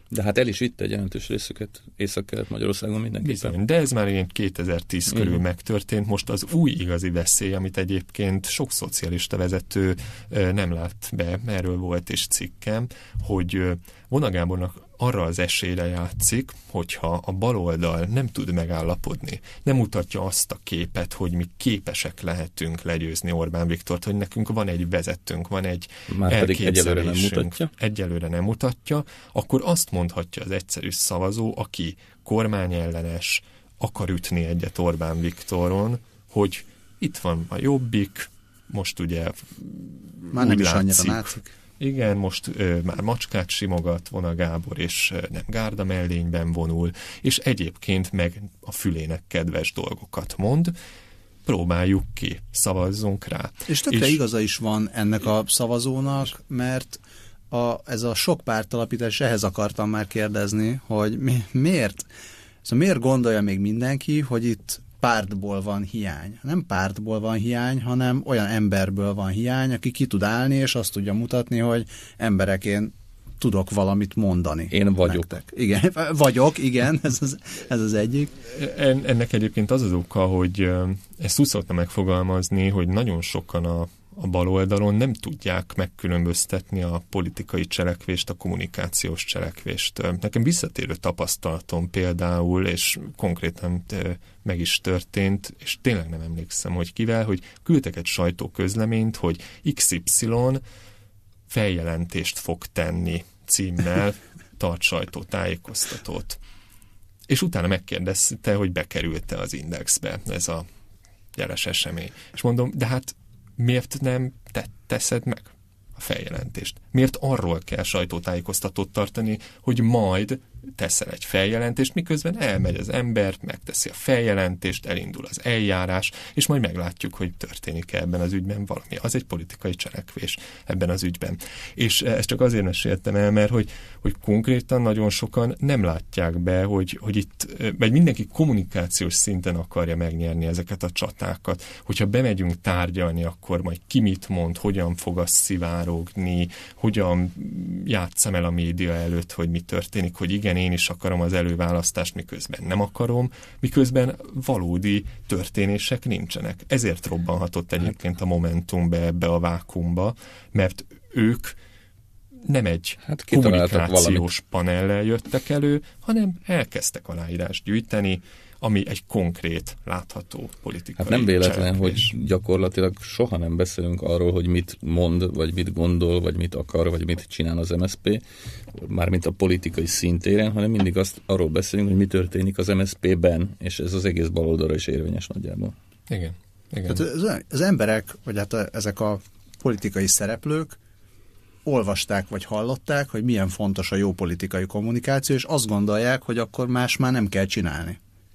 De hát el is vitte egy jelentős részüket Észak-Kelet-Magyarországon mindenképpen. Bizony, de ez már ilyen kétezer-tíz körül mm. megtörtént. Most az új igazi veszély, amit egyébként sok szocialista vezető nem lát be, erről volt is cikkem, hogy Vona Gábornak arra az esélyre játszik, hogyha a baloldal nem tud megállapodni, nem mutatja azt a képet, hogy mi képesek lehetünk legyőzni Orbán Viktort, hogy nekünk van egy vezetőnk, van egy egyelőre nem mutatja. Egyelőre nem mutatja, akkor azt mondhatja az egyszerű szavazó, aki kormányellenes, akar ütni egyet Orbán Viktoron, hogy itt van a Jobbik, most ugye már nem is annyira látszik. Igen, most ö, már macskát simogat Vona Gábor, és ö, nem gárda mellényben vonul, és egyébként meg a fülének kedves dolgokat mond, próbáljuk ki, szavazzunk rá. És tökre és... igaza is van ennek a szavazónak, mert a, ez a sok pártalapítás, ehhez akartam már kérdezni, hogy mi, miért? Szóval miért gondolja még mindenki, hogy itt pártból van hiány. Nem pártból van hiány, hanem olyan emberből van hiány, aki ki tud állni, és azt tudja mutatni, hogy emberek, én tudok valamit mondani. Én vagyok. Nektek. Igen, vagyok, igen, ez az, ez az egyik. Ennek egyébként az az oka, hogy ezt úgy szoktam megfogalmazni, hogy nagyon sokan a a baloldalon nem tudják megkülönböztetni a politikai cselekvést a kommunikációs cselekvést. Nekem visszatérő tapasztalatom például, és konkrétan meg is történt, és tényleg nem emlékszem, hogy kivel, hogy küldtek egy sajtóközleményt, hogy iksz ipszilon feljelentést fog tenni címmel, tart sajtótájékoztatót. És utána megkérdezte, hogy bekerült-e az Indexbe ez a jeles esemény. És mondom, de hát miért nem te teszed meg a feljelentést? Miért arról kell sajtótájékoztatót tartani, hogy majd teszel egy feljelentést, miközben elmegy az ember, megteszi a feljelentést, elindul az eljárás, és majd meglátjuk, hogy történik ebben az ügyben valami. Az egy politikai cselekvés ebben az ügyben. És ezt csak azért meséltem el, mert hogy, hogy konkrétan nagyon sokan nem látják be, hogy, hogy itt, vagy mindenki kommunikációs szinten akarja megnyerni ezeket a csatákat. Hogyha bemegyünk tárgyalni, akkor majd ki mit mond, hogyan fog az szivárogni, hogyan játsszam el a média előtt, hogy mi történik, hogy igen, én is akarom az előválasztást, miközben nem akarom, miközben valódi történések nincsenek. Ezért robbanhatott egyébként a Momentum be ebbe a vákumba, mert ők nem egy hát kommunikációs panellel jöttek elő, hanem elkezdtek aláírást gyűjteni, ami egy konkrét, látható politikai Hát nem véletlen, cselekvés. Hogy gyakorlatilag soha nem beszélünk arról, hogy mit mond, vagy mit gondol, vagy mit akar, vagy mit csinál az em es zé pé, mármint a politikai szintéren, hanem mindig azt arról beszélünk, hogy mi történik az em es zé pé-ben, és ez az egész baloldalra is érvényes nagyjából. Igen. Igen. Tehát az, az emberek, vagy hát a, ezek a politikai szereplők olvasták, vagy hallották, hogy milyen fontos a jó politikai kommunikáció, és azt gondolják, hogy akkor más már nem kell csinálni.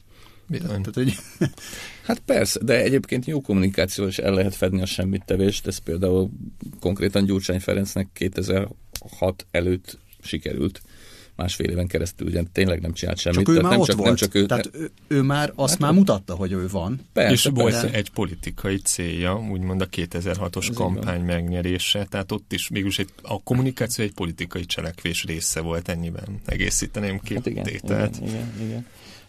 Tehát, hogy... Hát persze, de egyébként jó kommunikáció is el lehet fedni a semmittevést, ez például konkrétan Gyurcsány Ferencnek kétezer-hat előtt sikerült. Másfél éven keresztül ugye tényleg nem csinált semmit. Csak ő tehát már nem ott csak, volt. Nem csak ő, tehát ő, ő már azt hát már mutatta, hogy ő van. Persze, és volt de... egy politikai célja, úgymond a kétezer-hatos ez kampány megnyerése, tehát ott is mégis egy, a kommunikáció egy politikai cselekvés része volt, ennyiben egészíteném ki hát igen, tételt. Igen, igen, igen.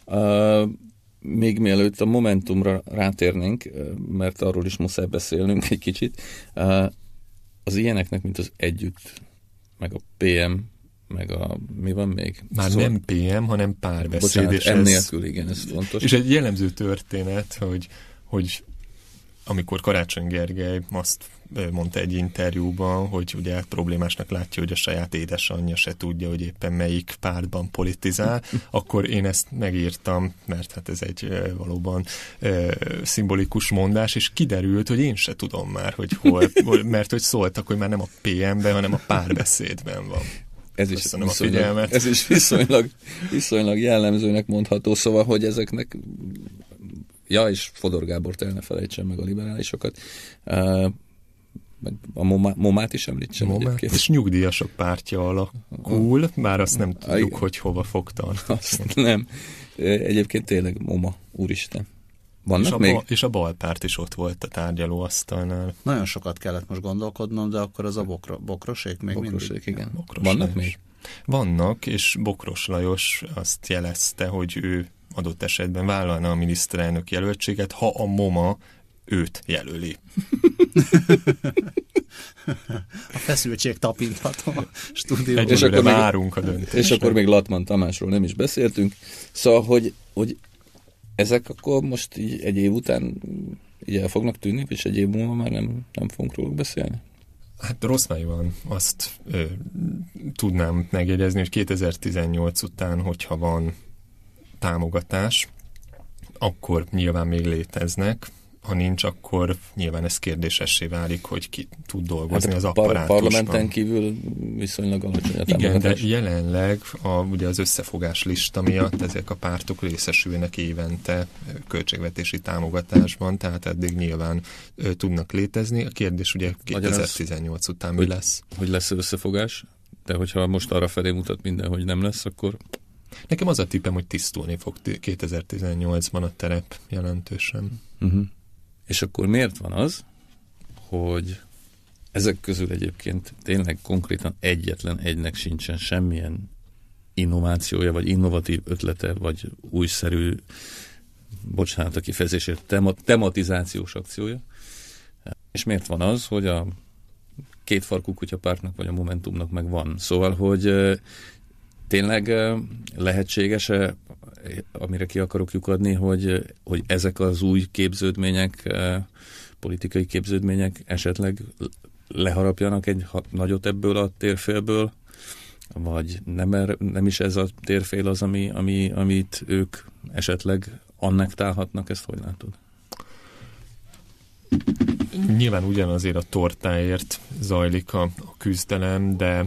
Uh, még mielőtt a Momentumra rátérnénk, mert arról is muszáj beszélnünk egy kicsit, uh, az ilyeneknek, mint az Együtt, meg a pé em, meg a, mi van még? Már szóval... nem pé em, hanem párbeszéd. Bocsánat, és M ez... nélkül, igen, ez fontos. És egy jellemző történet, hogy, hogy amikor Karácsony Gergely azt mondta egy interjúban, hogy ugye problémásnak látja, hogy a saját édesanyja se tudja, hogy éppen melyik pártban politizál, akkor én ezt megírtam, mert hát ez egy valóban e, szimbolikus mondás, és kiderült, hogy én se tudom már, hogy hol, mert hogy szóltak, hogy már nem a pé em-ben, hanem a párbeszédben van. Ez is, viszonylag, ez is viszonylag, viszonylag jellemzőnek mondható, szóval, hogy ezeknek, ja, és Fodor Gábort el ne felejtsen meg a liberálisokat, uh, meg a Momá, Momát is említsem egyébként. És nyugdíjasok pártja alakul, bár azt nem tudjuk, a, hogy hova fog tartani. Azt nem. Egyébként tényleg Moma, úristen. Vannak és, a még? Bal, és a balpárt is ott volt a tárgyalóasztalnál. Nagyon sokat kellett most gondolkodnom, de akkor az a bokro, bokrosék még bokrosék, mindig. igen. Bokrosék. Vannak még? Vannak, és Bokros Lajos azt jelezte, hogy ő adott esetben vállalna a miniszterelnök jelöltséget, ha a MoMA őt jelöli. A feszültség tapintható a stúdióban. És akkor várunk a döntésre. És akkor még Latman Tamásról nem is beszéltünk. Szóval, hogy, hogy ezek akkor most így egy év után így el fognak tűnni, és egy év múlva már nem, nem fogunk róluk beszélni? Hát rossz van, azt ö, tudnám megjegyezni, hogy kétezer-tizennyolc után, hogyha van támogatás, akkor nyilván még léteznek, ha nincs, akkor nyilván ez kérdésessé válik, hogy ki tud dolgozni hát az apparátusban. Par- parlamenten kívül viszonylag alacsony a támogatás. Igen, de jelenleg a, ugye az összefogás lista miatt ezek a pártok részesülnek évente költségvetési támogatásban, tehát eddig nyilván ö, tudnak létezni. A kérdés ugye kétezer-tizennyolc után mi hogy, lesz? Hogy lesz összefogás, de hogyha most arra felé mutat minden, hogy nem lesz, akkor... Nekem az a tippem, hogy tisztulni fog kétezer-tizennyolcban a terep jelentősen. Uh-huh. És akkor miért van az, hogy ezek közül egyébként tényleg konkrétan egyetlen egynek sincsen semmilyen innovációja, vagy innovatív ötlete, vagy újszerű, bocsánat a kifejezésért, tema, tematizációs akciója. És miért van az, hogy a kétfarkú kutyapártnak, vagy a Momentumnak meg van. Szóval, hogy tényleg lehetséges-e, amire ki akarok lyukadni, hogy, hogy ezek az új képződmények, politikai képződmények esetleg leharapjanak egy nagyot ebből a térfélből, vagy nem, er, nem is ez a térfél az, ami, ami, amit ők esetleg annektálhatnak, ezt hogy látod? Nyilván ugyanazért a tortáért zajlik a, a küzdelem, de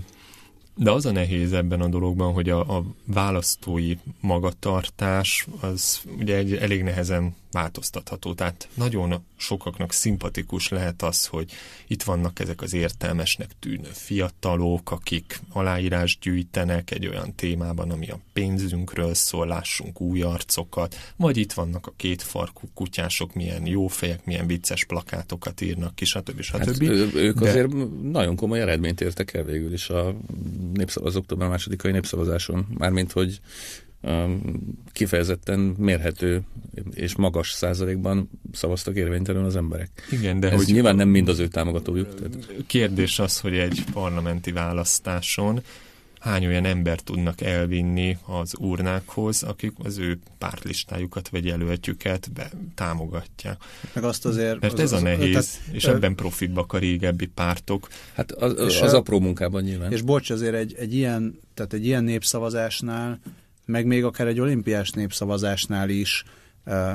De az a nehéz ebben a dologban, hogy a, a választói magatartás az ugye egy, elég nehezen változtatható. Tehát nagyon sokaknak szimpatikus lehet az, hogy itt vannak ezek az értelmesnek tűnő fiatalok, akik aláírást gyűjtenek egy olyan témában, ami a pénzünkről szól, lássunk új arcokat, vagy itt vannak a kétfarkú kutyások, milyen jó fejek, milyen vicces plakátokat írnak ki, stb. stb. Hát, ő, ők De... azért nagyon komoly eredményt értek el végül is a népszavaz, október másodikai népszavazáson, mármint, hogy um, kifejezetten mérhető és magas százalékban szavaztak érvénytelenül az emberek. Igen, de ez hogy nyilván nem mind az ő támogatójuk. Tehát... Kérdés az, hogy egy parlamenti választáson hány olyan ember tudnak elvinni az urnákhoz, akik az ő pártlistájukat vagy jelöltjüket be, támogatják. Meg azt azért... Mert az, ez az, a nehéz, tehát, és ebben profitbak a régebbi pártok. Hát az, az, az apró munkában nyilván. És bocs, azért egy, egy, ilyen, tehát egy ilyen népszavazásnál, meg még akár egy olimpiás népszavazásnál is uh,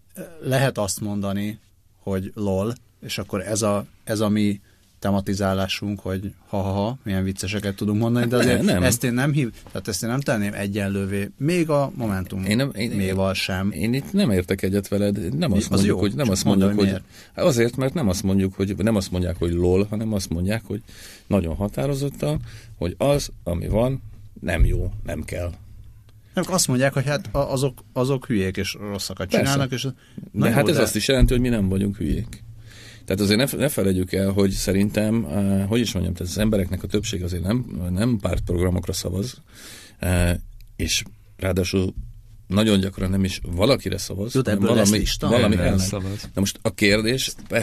lehet azt mondani, hogy lol, és akkor ez a, ez a mi tematizálásunk, hogy ha-ha-ha, milyen vicceseket tudunk mondani, de azért nem. ezt én nem hív, tehát ezt én nem tenném egyenlővé, még a Momentum én nem, én, méval sem. Én itt nem értek egyet veled, nem azt az mondjuk, jó, hogy nem azt mondjuk, hogy, hogy azért, mert nem azt mondjuk, hogy nem azt mondják, hogy lol, hanem azt mondják, hogy nagyon határozottan, hogy az, ami van, nem jó, nem kell. Nem, azt mondják, hogy hát azok, azok hülyék és rosszakat csinálnak. Persze. És de jó, hát ez de... azt is jelenti, hogy mi nem vagyunk hülyék. Tehát azért ne, ne felejtjük el, hogy szerintem, uh, hogy is mondjam, tehát az embereknek a többség azért nem, nem pártprogramokra szavaz, uh, és ráadásul nagyon gyakran nem is valakire szavaz, Jut, hanem valami, valami ellen. Szavaz. Na most a kérdés, uh,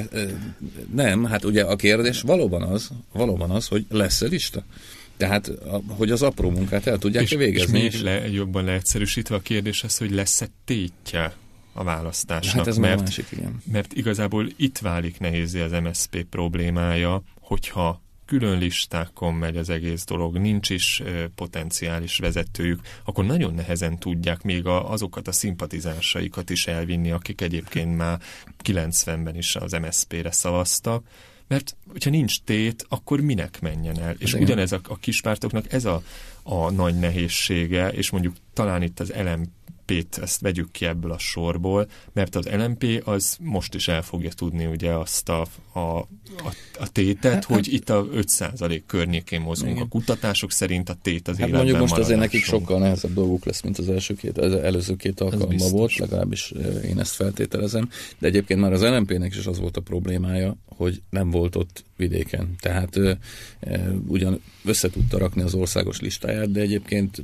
nem, hát ugye a kérdés valóban az, valóban az, hogy lesz-e lista? Tehát, hogy az apró munkát el tudják-e végezni. És még le, jobban leegyszerűsítve a kérdés az, hogy lesz-e tétje a választásnak. Hát ez mert, másik, igen. mert igazából itt válik nehézé az em es zé pé problémája, hogyha külön listákon megy az egész dolog, nincs is ö, potenciális vezetőjük, akkor nagyon nehezen tudják még a, azokat a szimpatizánsaikat is elvinni, akik egyébként már kilencvenben is az em es zé pére szavaztak, mert hogyha nincs tét, akkor minek menjen el? És igen. ugyanez a, a kispártoknak ez a, a nagy nehézsége, és mondjuk talán itt az el em pét, ezt vegyük ki ebből a sorból, mert az el em pé az most is el fogja tudni ugye azt a, a, a, a tétet, hogy itt a öt százalék környékén mozgunk. Igen. A kutatások szerint a tét az hát életben mondjuk most azért nekik maradásunk. sokkal nehezebb dolguk lesz, mint az első két, az előző két alkalommal volt, legalábbis én ezt feltételezem. De egyébként már az el em pének is az volt a problémája, hogy nem volt ott vidéken. Tehát e, e, ugyan össze tudta rakni az országos listáját, de egyébként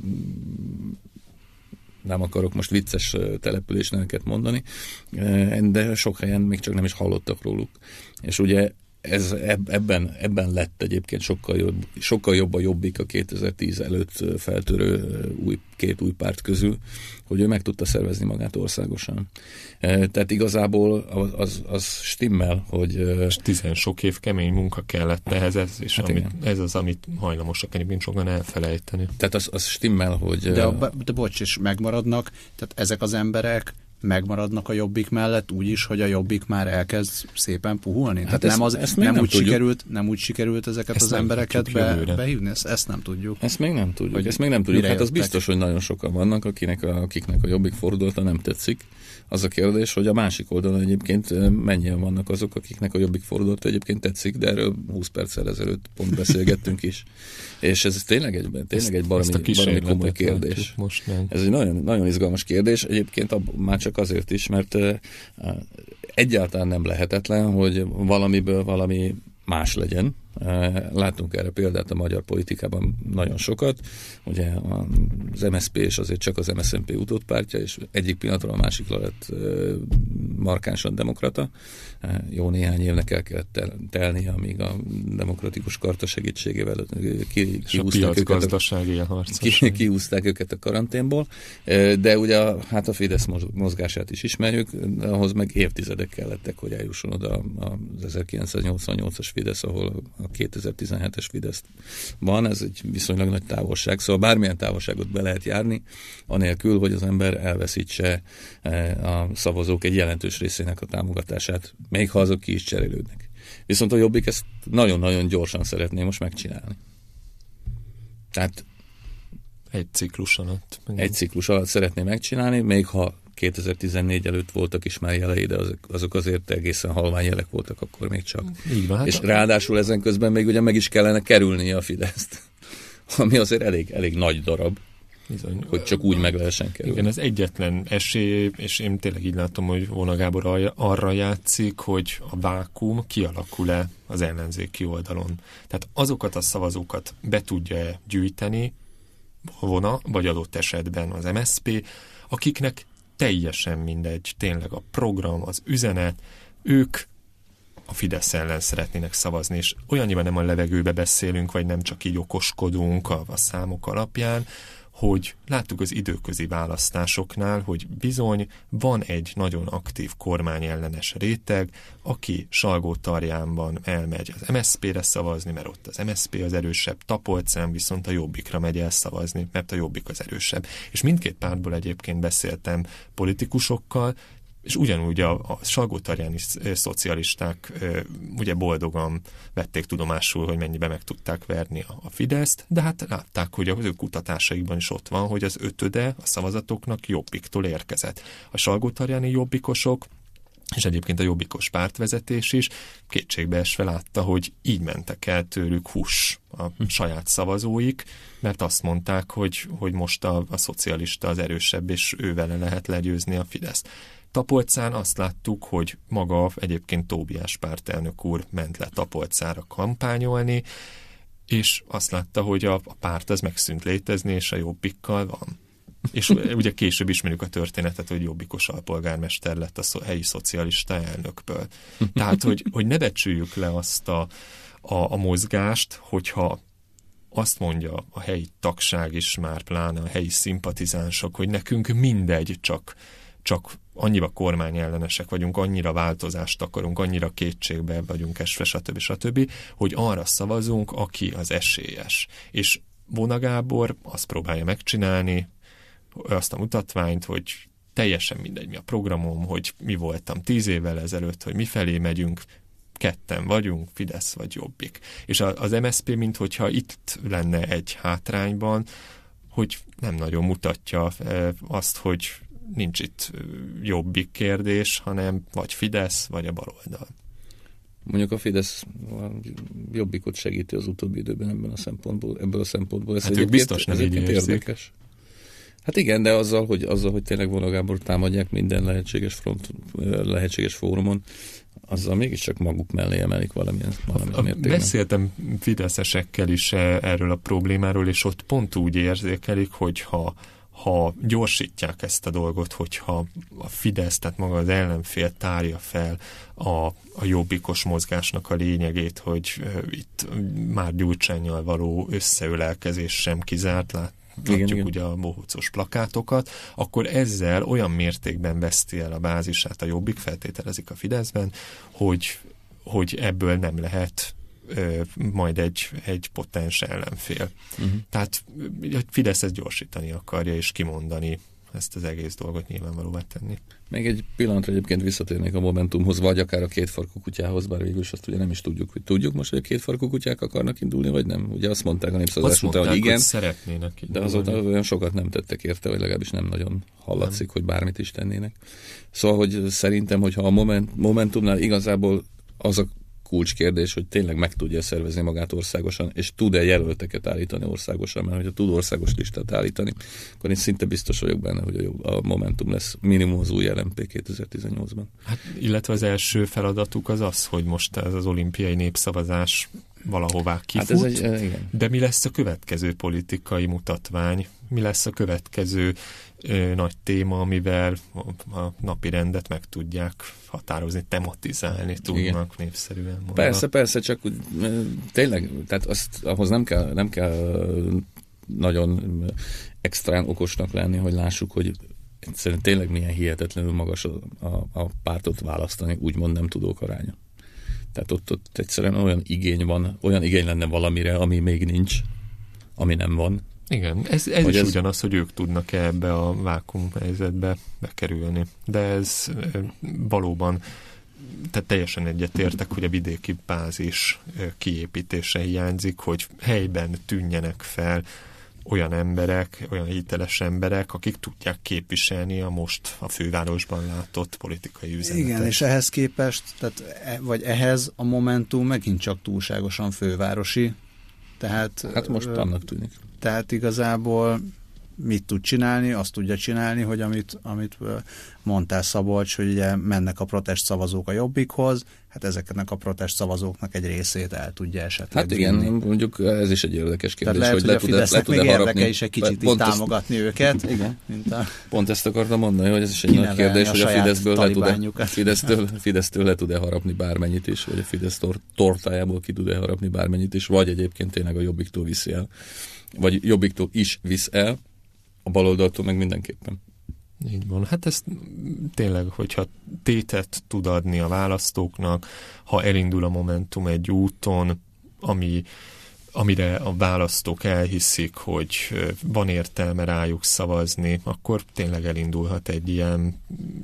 nem akarok most vicces településneveket mondani, de sok helyen még csak nem is hallottak róluk. És ugye ez ebben, ebben lett egyébként sokkal jobb, sokkal jobb a Jobbik a kétezer-tíz előtt feltörő új, két új párt közül, hogy ő meg tudta szervezni magát országosan. Tehát igazából az, az, az stimmel, hogy... És tizen sok év kemény munka kellett ehhez, ez, és hát amit, ez az, amit hajlamosak egyébként sokan elfelejteni. Tehát az, az stimmel, hogy... De, a, de bocs, és megmaradnak, tehát ezek az emberek megmaradnak a Jobbik mellett úgy is, hogy a Jobbik már elkezd szépen puhulni. Hát Tehát ezt, nem, az, ezt nem, nem, úgy sikerült, nem úgy sikerült ezeket ezt az embereket be, behívni, ezt, ezt nem tudjuk. Ezt még nem tudjuk. Hogy ezt még nem tudjuk. Hát az biztos, hogy nagyon sokan vannak, akinek a, akiknek a Jobbik fordulata nem tetszik. Az a kérdés, hogy a másik oldalon egyébként mennyien vannak azok, akiknek a Jobbik fordulata egyébként tetszik, de erről húsz perccel ezelőtt pont beszélgettünk is. És ez tényleg egy, tényleg egy valami, valami komoly kérdés. Most ez egy nagyon, nagyon izgalmas kérdés. Egyébként a, már csak azért is, mert uh, egyáltalán nem lehetetlen, hogy valamiből valami más legyen. Látunk erre példát a magyar politikában nagyon sokat. Ugye az em es zé pé és azért csak az em es zé en pé utódpártja, és egyik pillanatról a másikra lett markánsan demokrata. Jó néhány évnek el kellett telni, amíg a demokratikus karta segítségével ki, kihúzták, őket a, ki, kihúzták őket a karanténból. De ugye hát a Fidesz mozgását is ismerjük, de ahhoz meg évtizedek kellettek, hogy eljusson oda az ezerkilencszáznyolcvannyolcas Fidesz, ahol a kétezer-tizenhetes Fidesz van, ez egy viszonylag nagy távolság, szóval bármilyen távolságot be lehet járni, anélkül, hogy az ember elveszítse a szavazók egy jelentős részének a támogatását, még ha azok ki is cserélődnek. Viszont a Jobbik ezt nagyon-nagyon gyorsan szeretné most megcsinálni. Tehát egy ciklus alatt. Egy ciklus alatt szeretné megcsinálni, még ha kétezer-tizennégy előtt voltak is már jelei, de azok, azok azért egészen halvány jelek voltak akkor még csak. Így van, hát és ráadásul ezen közben még ugye meg is kellene kerülnie a Fideszt, ami azért elég, elég nagy darab. Bizony. Hogy csak úgy meg lehessen kerülni. Igen, ez egyetlen esély, és én tényleg így látom, hogy Vona Gábor arra játszik, hogy a vákuum kialakul-e az ellenzéki oldalon. Tehát azokat a szavazókat be tudja-e gyűjteni Vona, vagy adott esetben az em es zé pé, akiknek teljesen mindegy, tényleg a program, az üzenet, ők a Fidesz ellen szeretnének szavazni, és olyannyiban nem a levegőbe beszélünk, vagy nem csak így okoskodunk a, a számok alapján, hogy láttuk az időközi választásoknál, hogy bizony van egy nagyon aktív kormányellenes réteg, aki Salgótarjánban elmegy az em es zé pére szavazni, mert ott az em es zé pé az erősebb, Tapolcán viszont a Jobbikra megy el szavazni, mert a Jobbik az erősebb. És mindkét pártból egyébként beszéltem politikusokkal, és ugyanúgy a, a salgótarjáni szocialisták ugye boldogan vették tudomásul, hogy mennyibe meg tudták verni a, a Fideszt, de hát látták, hogy az ő kutatásaikban is ott van, hogy az ötöde a szavazatoknak Jobbiktól érkezett. A salgótarjáni jobbikosok, és egyébként a jobbikos pártvezetés is kétségbeesve látta, hogy így mentek el tőlük hús a saját szavazóik, mert azt mondták, hogy, hogy most a, a szocialista az erősebb, és ővele lehet legyőzni a Fideszt. Tapolcán azt láttuk, hogy maga egyébként Tóbiás pártelnök úr ment le Tapolcára kampányolni, és azt látta, hogy a, a párt az megszűnt létezni, és a Jobbikkal van. És ugye később ismerjük a történetet, hogy jobbikos alpolgármester lett a szó, helyi szocialista elnökből. Tehát, hogy, hogy ne becsüljük le azt a, a, a mozgást, hogyha azt mondja a helyi tagság is, már pláne a helyi szimpatizánsok, hogy nekünk mindegy, csak csak annyira kormányellenesek vagyunk, annyira változást akarunk, annyira kétségbe vagyunk esve, stb. stb., hogy arra szavazunk, aki az esélyes. És Vona Gábor azt próbálja megcsinálni, azt a mutatványt, hogy teljesen mindegy, mi a programom, hogy mi voltam tíz évvel ezelőtt, hogy mifelé megyünk, ketten vagyunk, Fidesz vagy Jobbik. És az em es zé pé, minthogyha itt lenne egy hátrányban, hogy nem nagyon mutatja azt, hogy nincs itt jobbik kérdés, hanem vagy Fidesz, vagy a baloldal. Mondjuk a Fidesz a Jobbikot segíti az utóbbi időben ebben a szempontból, ebből a szempontból. Ez hát ők biztos nem így érdekes. Hát igen, de azzal, hogy, azzal, hogy tényleg Vona Gábor támadják minden lehetséges front, lehetséges fórumon, azzal mégiscsak maguk mellé emelik valamilyen, valamilyen mértékben. Beszéltem fideszesekkel is erről a problémáról, és ott pont úgy érzékelik, hogy ha, ha gyorsítják ezt a dolgot, hogyha a Fidesz, tehát maga az ellenfél tárja fel a, a jobbikos mozgásnak a lényegét, hogy uh, itt már Gyurcsánnyal való összeölelkezés sem kizárt, lát, látjuk igen, ugye a bohócos plakátokat, akkor ezzel olyan mértékben veszti el a bázisát a Jobbik, feltételezik a Fideszben, hogy, hogy ebből nem lehet ö, majd egy, egy potens ellenfél. Uh-huh. Tehát a Fidesz ezt gyorsítani akarja, és kimondani ezt az egész dolgot nyilvánvalóvá tenni. Még egy pillanatra egyébként visszatérnék a Momentumhoz, vagy akár a kétfarkú kutyához, bár végül is azt ugye nem is tudjuk, hogy tudjuk most, hogy a kétfarkú kutyák akarnak indulni, vagy nem. Ugye azt mondták a népszavazás után, hogy igen, hogy szeretnének indulni. De azóta olyan sokat nem tettek érte, vagy legalábbis nem nagyon hallatszik, nem. hogy bármit is tennének. Szóval, hogy szerintem, hogyha a moment, Momentumnál igazából az a kulcskérdés, hogy tényleg meg tudja szervezni magát országosan, és tud-e jelölteket állítani országosan, mert hogyha tud országos listát állítani, akkor én szinte biztos vagyok benne, hogy a Momentum lesz minimum az új el em pé kétezer-tizennyolcban. Hát, illetve az első feladatuk az az, hogy most ez az olimpiai népszavazás valahová kifut, hát ez egy, igen. De mi lesz a következő politikai mutatvány? Mi lesz a következő ö, nagy téma, amivel a, a napi rendet meg tudják határozni, tematizálni tudnak igen. népszerűen mondva. Persze, persze, csak tényleg, tehát azt, ahhoz nem kell, nem kell nagyon extrán okosnak lenni, hogy lássuk, hogy egyszerűen tényleg milyen hihetetlenül magas a, a, a pártot választani, úgymond nem tudók aránya. Tehát ott, ott egyszerűen olyan igény van, olyan igény lenne valamire, ami még nincs, ami nem van. Igen, ez, ez is ez... ugyanaz, hogy ők tudnak -e ebbe a vákum helyzetbe bekerülni. De ez valóban, tehát teljesen egyetértek, hogy a vidéki bázis kiépítése hiányzik, hogy helyben tűnjenek fel olyan emberek, olyan hiteles emberek, akik tudják képviselni a most a fővárosban látott politikai üzenetet. Igen, és ehhez képest, tehát, vagy ehhez a Momentum megint csak túlságosan fővárosi. Tehát, hát most annak tűnik. Tehát igazából mit tud csinálni? Azt tudja csinálni, hogy amit, amit mondtál, Szabolcs, hogy ugye mennek a protest szavazók a Jobbikhoz, hát ezeknek a protest szavazóknak egy részét el tudja esetleg. Hát igen, vinni. Mondjuk ez is egy érdekes kérdés. Tehát lehet, hogy, hogy a Fidesznek még érdeke is egy kicsit így támogatni ezt, őket. Igen. Mint a, pont ezt akartam mondani, hogy ez is egy nagy kérdés, a hogy a Fideszből le tud-e, Fidesztől, Fidesztől le tud-e harapni bármennyit is, vagy a Fidesz tortájából ki tud-e harapni bármennyit is, vagy egyébként tényleg a Jobbiktól viszi el. Vagy Jobbiktól is visz el, a baloldaltól meg mindenképpen. Így van. Hát ez tényleg, hogyha tétet tud adni a választóknak, ha elindul a Momentum egy úton, ami, amire a választók elhiszik, hogy van értelme rájuk szavazni, akkor tényleg elindulhat egy ilyen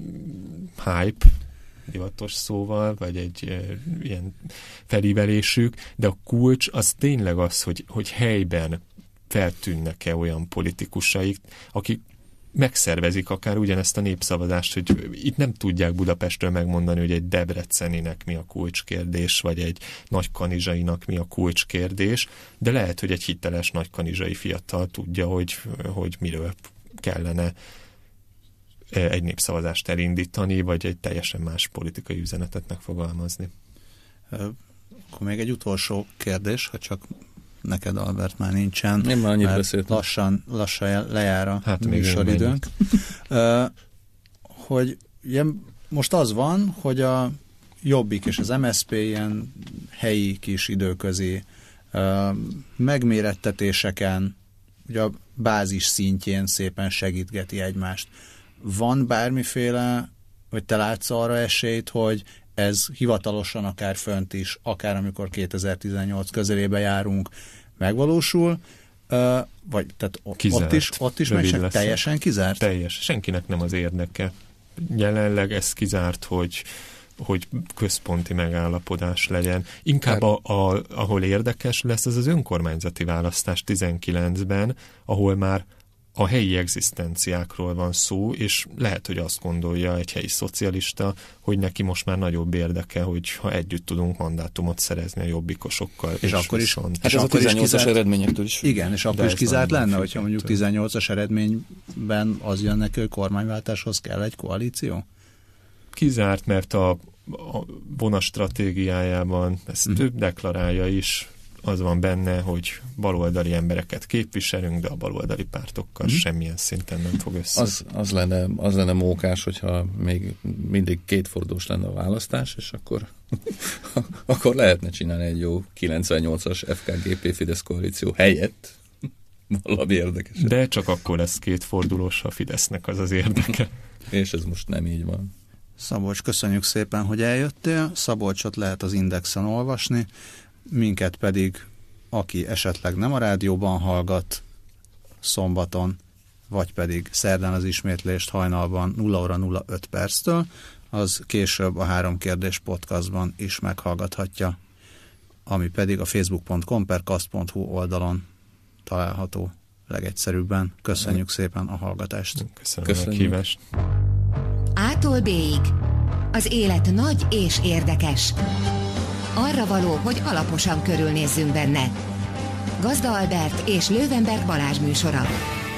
hype, divatos szóval, vagy egy e, ilyen felívelésük, de a kulcs az tényleg az, hogy, hogy helyben feltűnnek-e olyan politikusaik, akik megszervezik akár ugyanezt a népszavazást, hogy itt nem tudják Budapestről megmondani, hogy egy debreceninek mi a kulcskérdés, vagy egy nagykanizsainak mi a kulcskérdés, de lehet, hogy egy hiteles nagykanizsai fiatal tudja, hogy, hogy miről kellene egy népszavazást elindítani, vagy egy teljesen más politikai üzenetet megfogalmazni. Akkor még egy utolsó kérdés, ha csak neked, Albert, már nincsen. Én már annyit beszéltem. Lassan, lassan lejár a hát műsoridőnk. uh, hogy ugye, most az van, hogy a Jobbik és az em es zé pé ilyen helyi kis időközi uh, megmérettetéseken, ugye a bázis szintjén szépen segítgeti egymást. Van bármiféle, vagy te látsz arra esélyt, hogy ez hivatalosan akár fönt is, akár amikor kétezer-tizennyolc közelébe járunk, megvalósul, vagy tehát kizárt, ott is, ott is meg teljesen kizárt? Teljes. Senkinek nem az érdeke. Jelenleg ez kizárt, hogy, hogy központi megállapodás legyen. Inkább a, a, ahol érdekes lesz, az az önkormányzati választás tizenkilencben, ahol már a helyi egzisztenciákról van szó, és lehet, hogy azt gondolja egy helyi szocialista, hogy neki most már nagyobb érdeke, hogy ha együtt tudunk mandátumot szerezni a jobbikosokkal. És, és akkor is... Hát ez a tizennyolcas eredményektől is. Igen, és akkor is kizárt lenne, hogyha mondjuk tizennyolcas eredményben az jön neki, hogy kormányváltáshoz kell egy koalíció? Kizárt, mert a, a vonat stratégiájában ezt mm. több deklarálja is, az van benne, hogy baloldali embereket képviselünk, de a baloldali pártokkal mm. semmilyen szinten nem fog össze. Az, az, lenne, az lenne mókás, hogyha még mindig kétfordulós lenne a választás, és akkor, akkor lehetne csinálni egy jó kilencvennyolcas ef ká gé pé Fidesz koalíció helyett. Valami érdekes. De csak akkor lesz kétfordulós, a Fidesznek az az érdeke. És ez most nem így van. Szabolcs, köszönjük szépen, hogy eljöttél. Szabolcsot lehet az Indexen olvasni, minket pedig, aki esetleg nem a rádióban hallgat szombaton, vagy pedig szerdán az ismétlést hajnalban nulla óra nulla öt perctől, az később a Három Kérdés podcastban is meghallgathatja, ami pedig a facebook pont com per kast pont hu oldalon található legegyszerűbben. Köszönjük szépen a hallgatást. Köszönöm a kívást. A-tól B-ig. Az élet nagy és érdekes. Arra való, hogy alaposan körülnézzünk benne. Gazda Albert és Löwenberg Balázs műsora.